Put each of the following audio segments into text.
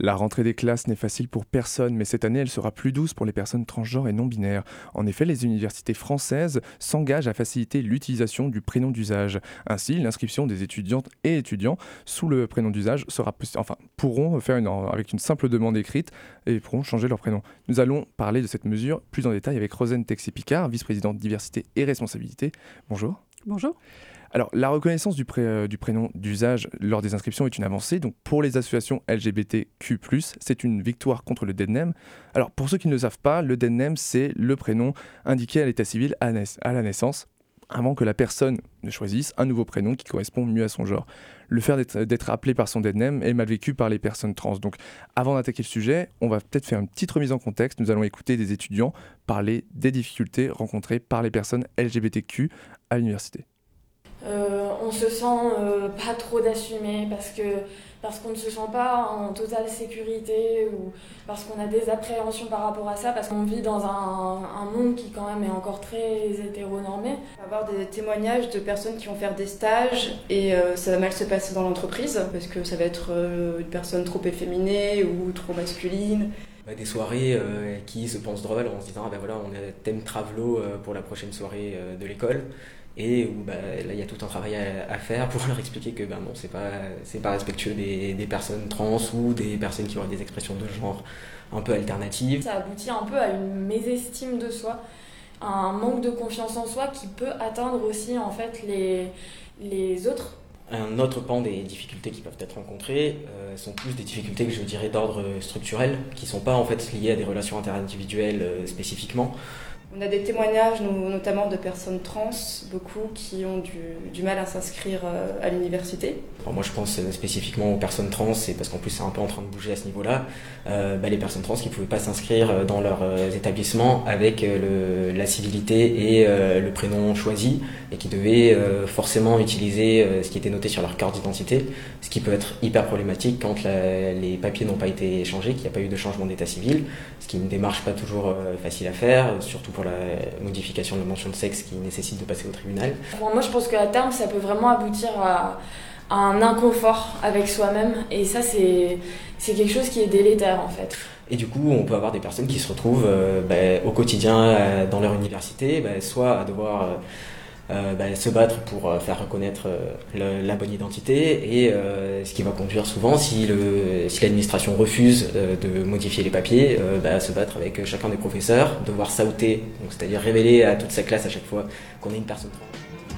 La rentrée des classes n'est facile pour personne, mais cette année, elle sera plus douce pour les personnes transgenres et non-binaires. En effet, les universités françaises s'engagent à faciliter l'utilisation du prénom d'usage. Ainsi, l'inscription des étudiantes et étudiants sous le prénom d'usage pourront faire avec une simple demande écrite et pourront changer leur prénom. Nous allons parler de cette mesure plus en détail avec Rosane Texier-Picard, vice-présidente diversité et responsabilité. Bonjour. Bonjour. Alors, la reconnaissance du prénom d'usage lors des inscriptions est une avancée. Donc, pour les associations LGBTQ+, c'est une victoire contre le dead name. Alors, pour ceux qui ne le savent pas, le dead name, c'est le prénom indiqué à l'état civil à la naissance, avant que la personne ne choisisse un nouveau prénom qui correspond mieux à son genre. Le fait d'être appelé par son dead name est mal vécu par les personnes trans. Donc, avant d'attaquer le sujet, on va peut-être faire une petite remise en contexte. Nous allons écouter des étudiants parler des difficultés rencontrées par les personnes LGBTQ à l'université. On se sent pas trop d'assumer parce qu'on ne se sent pas en totale sécurité ou parce qu'on a des appréhensions par rapport à ça, parce qu'on vit dans un monde qui quand même est encore très hétéronormé. On va avoir des témoignages de personnes qui vont faire des stages et ça va mal se passer dans l'entreprise parce que ça va être une personne trop efféminée ou trop masculine. Des soirées qui se pensent drôles en se disant on a thème Travelo pour la prochaine soirée de l'école. Et où là il y a tout un travail à faire pour leur expliquer que non, c'est pas respectueux des personnes trans ou des personnes qui ont des expressions de genre un peu alternatives. Ça aboutit un peu à une mésestime de soi, à un manque de confiance en soi qui peut atteindre aussi en fait les autres. Un autre pan des difficultés qui peuvent être rencontrées sont plus des difficultés que je dirais d'ordre structurel, qui sont pas en fait liées à des relations interindividuelles spécifiquement. On a des témoignages, notamment de personnes trans, beaucoup qui ont du mal à s'inscrire à l'université. Alors moi je pense spécifiquement aux personnes trans, et parce qu'en plus c'est un peu en train de bouger à ce niveau-là, les personnes trans qui ne pouvaient pas s'inscrire dans leurs établissements avec la civilité et le prénom choisi, et qui devaient forcément utiliser ce qui était noté sur leur carte d'identité, ce qui peut être hyper problématique quand les papiers n'ont pas été échangés, qu'il n'y a pas eu de changement d'état civil, ce qui est une démarche pas toujours facile à faire, surtout pour la modification de la mention de sexe qui nécessite de passer au tribunal. Moi je pense qu'à terme ça peut vraiment aboutir à un inconfort avec soi-même, et ça c'est quelque chose qui est délétère en fait. Et du coup on peut avoir des personnes qui se retrouvent au quotidien dans leur université, soit à devoir se battre pour faire reconnaître la bonne identité, et ce qui va conduire souvent, si l'administration refuse de modifier les papiers, à se battre avec chacun des professeurs, devoir s'outer, donc c'est-à-dire révéler à toute sa classe à chaque fois qu'on est une personne trans.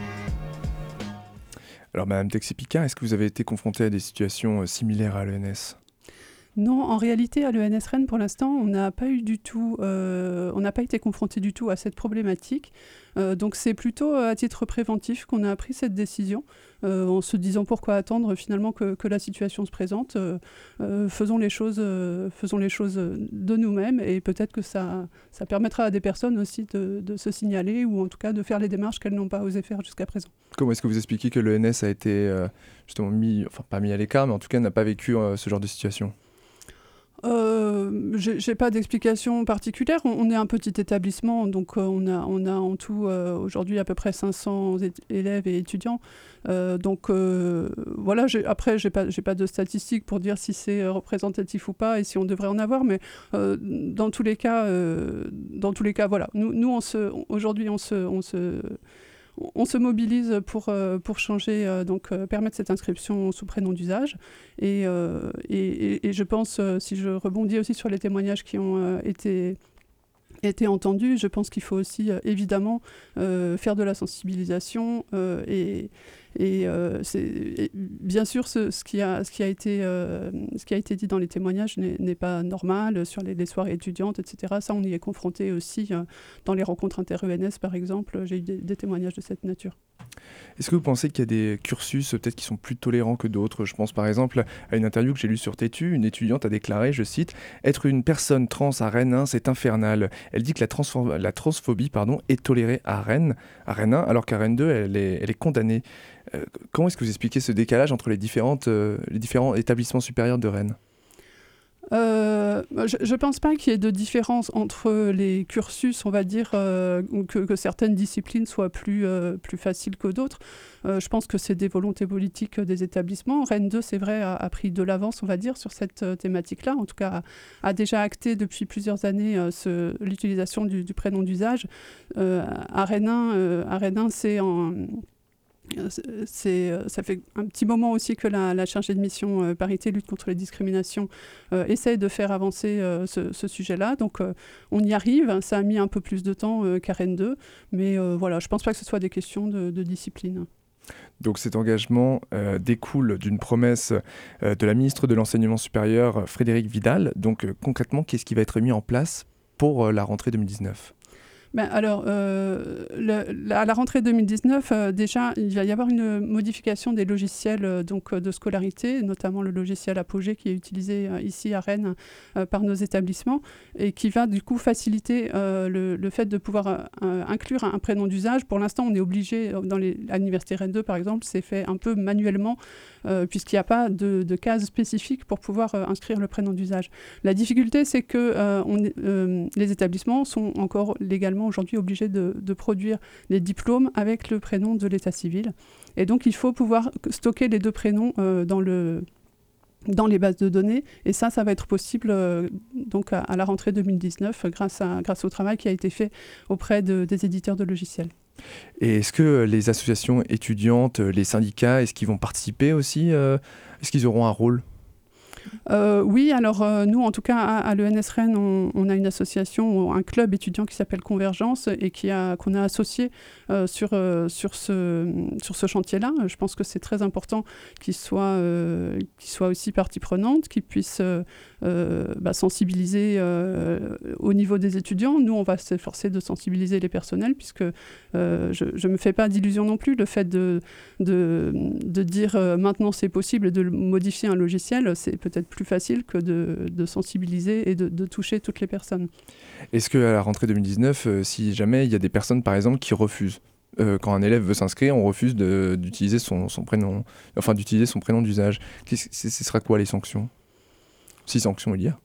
Alors Madame Texier-Picard, est-ce que vous avez été confrontée à des situations similaires à l'ENS ? Non, en réalité, à l'ENS Rennes, pour l'instant, on n'a pas été confronté du tout à cette problématique. Donc c'est plutôt à titre préventif qu'on a pris cette décision, en se disant pourquoi attendre finalement que la situation se présente. Faisons les choses de nous-mêmes, et peut-être que ça permettra à des personnes aussi de se signaler, ou en tout cas de faire les démarches qu'elles n'ont pas osé faire jusqu'à présent. Comment est-ce que vous expliquez que l'ENS a été justement pas mis à l'écart, mais en tout cas n'a pas vécu ce genre de situation ? J'ai pas d'explication particulière. On est un petit établissement, donc on a en tout aujourd'hui à peu près 500 élèves et étudiants. Voilà. Après, j'ai pas de statistiques pour dire si c'est représentatif ou pas et si on devrait en avoir, mais dans tous les cas, voilà. Nous aujourd'hui on se mobilise pour changer, permettre cette inscription sous prénom d'usage. Et je pense, si je rebondis aussi sur les témoignages qui ont été entendus, je pense qu'il faut aussi évidemment faire de la sensibilisation bien sûr ce qui a été dit dans les témoignages n'est pas normal sur les soirées étudiantes, etc. Ça, on y est confronté aussi dans les rencontres inter-ENS, par exemple. J'ai eu des témoignages de cette nature. Est-ce que vous pensez qu'il y a des cursus peut-être qui sont plus tolérants que d'autres ? Je pense par exemple à une interview que j'ai lue sur Tétu. Une étudiante a déclaré, je cite, « Être une personne trans à Rennes 1, c'est infernal ». Elle dit que la transphobie est tolérée à Rennes 1, alors qu'à Rennes 2, elle est condamnée. Comment est-ce que vous expliquez ce décalage entre les différents établissements supérieurs de Rennes ? Je ne pense pas qu'il y ait de différence entre les cursus, on va dire, que certaines disciplines soient plus faciles que d'autres. Je pense que c'est des volontés politiques des établissements. Rennes 2, c'est vrai, a pris de l'avance, on va dire, sur cette thématique-là. En tout cas, a déjà acté depuis plusieurs années l'utilisation du prénom d'usage. À Rennes 1, ça fait un petit moment aussi que la chargée de mission parité lutte contre les discriminations essaye de faire avancer ce sujet-là. Donc on y arrive. Ça a mis un peu plus de temps qu'à Rennes 2. Mais voilà, je ne pense pas que ce soit des questions de discipline. Donc cet engagement découle d'une promesse de la ministre de l'Enseignement supérieur, Frédérique Vidal. Donc concrètement, qu'est-ce qui va être mis en place pour la rentrée 2019 ? Alors, à la rentrée 2019, déjà, il va y avoir une modification des logiciels de scolarité, notamment le logiciel Apogée qui est utilisé ici à Rennes par nos établissements et qui va du coup faciliter le fait de pouvoir inclure un prénom d'usage. Pour l'instant, on est obligé, à l'Université Rennes 2 par exemple, c'est fait un peu manuellement puisqu'il n'y a pas de case spécifique pour pouvoir inscrire le prénom d'usage. La difficulté, c'est que les établissements sont encore légalement aujourd'hui obligés de produire les diplômes avec le prénom de l'état civil. Et donc, il faut pouvoir stocker les deux prénoms dans les bases de données. Et ça va être possible donc à la rentrée 2019 grâce au travail qui a été fait auprès des éditeurs de logiciels. Et est-ce que les associations étudiantes, les syndicats, est-ce qu'ils vont participer aussi Est-ce qu'ils auront un rôle ? Oui, alors nous, en tout cas, à l'ENS Rennes, on a une association, un club étudiant qui s'appelle Convergence et qu'on a associé sur ce chantier-là. Je pense que c'est très important qu'il soit aussi partie prenante, qu'il puisse sensibiliser au niveau des étudiants. Nous, on va s'efforcer de sensibiliser les personnels puisque je ne me fais pas d'illusions non plus. Le fait de dire maintenant c'est possible de modifier un logiciel, c'est peut-être plus facile que de sensibiliser et de toucher toutes les personnes. Est-ce qu'à la rentrée 2019, si jamais il y a des personnes, par exemple, qui refusent quand un élève veut s'inscrire, on refuse d'utiliser son prénom, d'utiliser son prénom d'usage. Ce sera quoi les sanctions ? Si sanctions il y a ?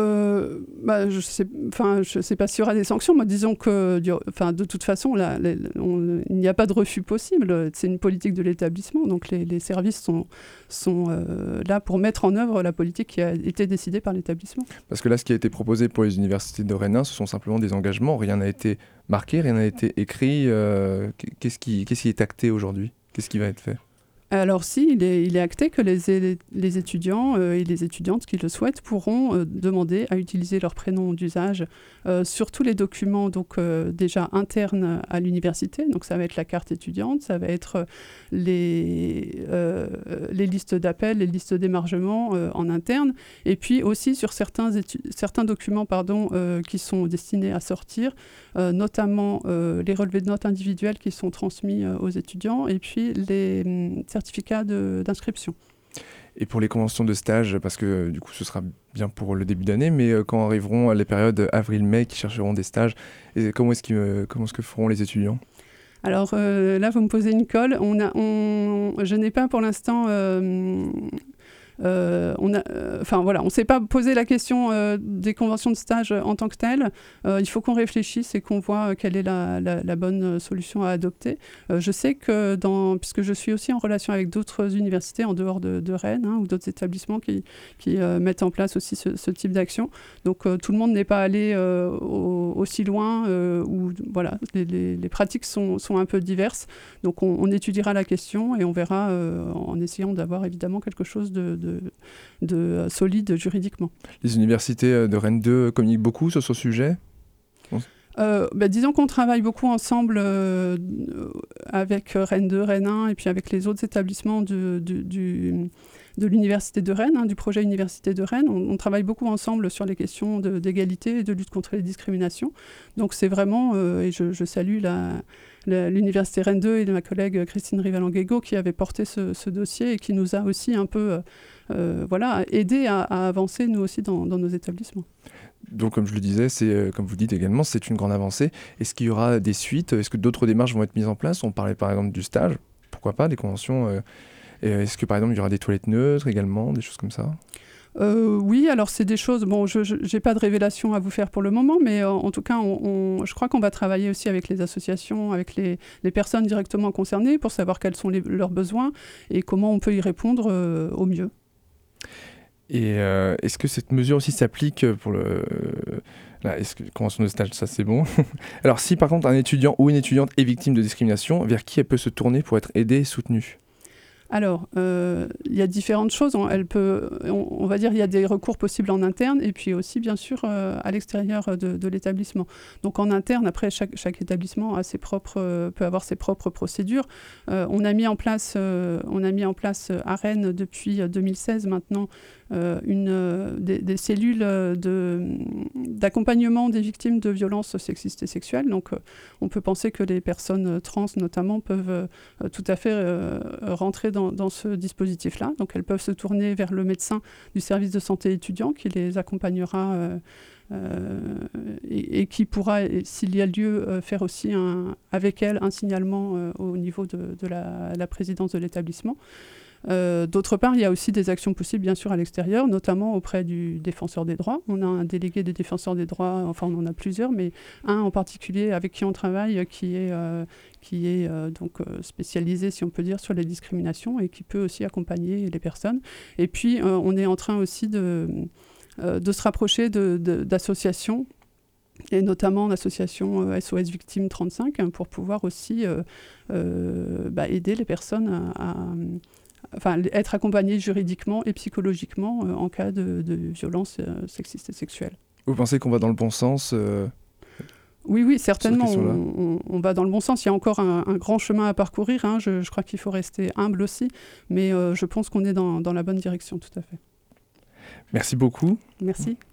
Je sais pas s'il y aura des sanctions, mais disons que de toute façon, il n'y a pas de refus possible. C'est une politique de l'établissement, donc les services sont là pour mettre en œuvre la politique qui a été décidée par l'établissement. Parce que là, ce qui a été proposé pour les universités de Rennes 1, ce sont simplement des engagements. Rien n'a été marqué, rien n'a été écrit. Qu'est-ce qui est acté aujourd'hui ? Qu'est-ce qui va être fait ? Alors si, il est acté que les étudiants et les étudiantes qui le souhaitent pourront demander à utiliser leur prénom d'usage sur tous les documents déjà internes à l'université. Donc ça va être la carte étudiante, ça va être les listes d'appels, les listes d'émargement en interne, et puis aussi sur certains documents qui sont destinés à sortir, notamment les relevés de notes individuels qui sont transmis aux étudiants, et puis les certificat d'inscription. Et pour les conventions de stage, parce que du coup ce sera bien pour le début d'année, mais quand arriveront les périodes avril-mai qui chercheront des stages, comment est-ce que feront les étudiants ? Alors là, vous me posez une colle. Je n'ai pas pour l'instant... on ne s'est pas posé la question des conventions de stage en tant que telles. Il faut qu'on réfléchisse et qu'on voit quelle est la bonne solution à adopter. Je sais que puisque je suis aussi en relation avec d'autres universités en dehors de Rennes ou d'autres établissements qui mettent en place aussi ce type d'action. Donc tout le monde n'est pas allé aussi loin où voilà, les pratiques sont un peu diverses. Donc on étudiera la question et on verra en essayant d'avoir évidemment quelque chose de solide juridiquement. Les universités de Rennes 2 communiquent beaucoup sur ce sujet ? Disons qu'on travaille beaucoup ensemble avec Rennes 2, Rennes 1 et puis avec les autres établissements de l'Université de Rennes, du projet Université de Rennes. On travaille beaucoup ensemble sur les questions d'égalité et de lutte contre les discriminations. Donc c'est vraiment, et je salue l'Université Rennes 2 et ma collègue Christine Rivalan-Guégo qui avait porté ce dossier et qui nous a aussi un peu aidé à avancer nous aussi dans nos établissements. Donc comme je le disais, comme vous dites également, c'est une grande avancée. Est-ce qu'il y aura des suites ? Est-ce que d'autres démarches vont être mises en place ? On parlait par exemple du stage, pourquoi pas, des conventions. Est-ce que par exemple il y aura des toilettes neutres également, des choses comme ça ? Oui, alors c'est des choses, bon, je n'ai pas de révélation à vous faire pour le moment, mais en tout cas, je crois qu'on va travailler aussi avec les associations, avec les personnes directement concernées pour savoir quels sont leurs besoins et comment on peut y répondre au mieux. Et est-ce que cette mesure aussi s'applique pour convention de stage, ça c'est bon. Alors si par contre un étudiant ou une étudiante est victime de discrimination, vers qui elle peut se tourner pour être aidée et soutenue ? Alors, il y a différentes choses. On va dire il y a des recours possibles en interne et puis aussi, bien sûr, à l'extérieur de l'établissement. Donc, en interne, après, chaque établissement peut avoir ses propres procédures. On a mis en place à Rennes depuis 2016 maintenant des cellules d'accompagnement des victimes de violences sexistes et sexuelles. Donc, on peut penser que les personnes trans, notamment, peuvent tout à fait rentrer dans ce dispositif-là. Donc, elles peuvent se tourner vers le médecin du service de santé étudiant qui les accompagnera et qui pourra, s'il y a lieu, faire aussi avec elles un signalement au niveau de la présidence de l'établissement. D'autre part, il y a aussi des actions possibles, bien sûr, à l'extérieur, notamment auprès du défenseur des droits. On a un délégué des défenseurs des droits, enfin, on en a plusieurs, mais un en particulier avec qui on travaille, qui est donc spécialisé, si on peut dire, sur les discriminations et qui peut aussi accompagner les personnes. Et puis, on est en train aussi de se rapprocher d'associations, et notamment l'association SOS Victimes 35, pour pouvoir aussi aider les personnes à être accompagnées juridiquement et psychologiquement en cas de violences sexistes et sexuelles. Vous pensez qu'on va dans le bon sens Oui, certainement, on va dans le bon sens. Il y a encore un grand chemin à parcourir. Hein. Je crois qu'il faut rester humble aussi, mais je pense qu'on est dans la bonne direction, tout à fait. Merci beaucoup. Merci.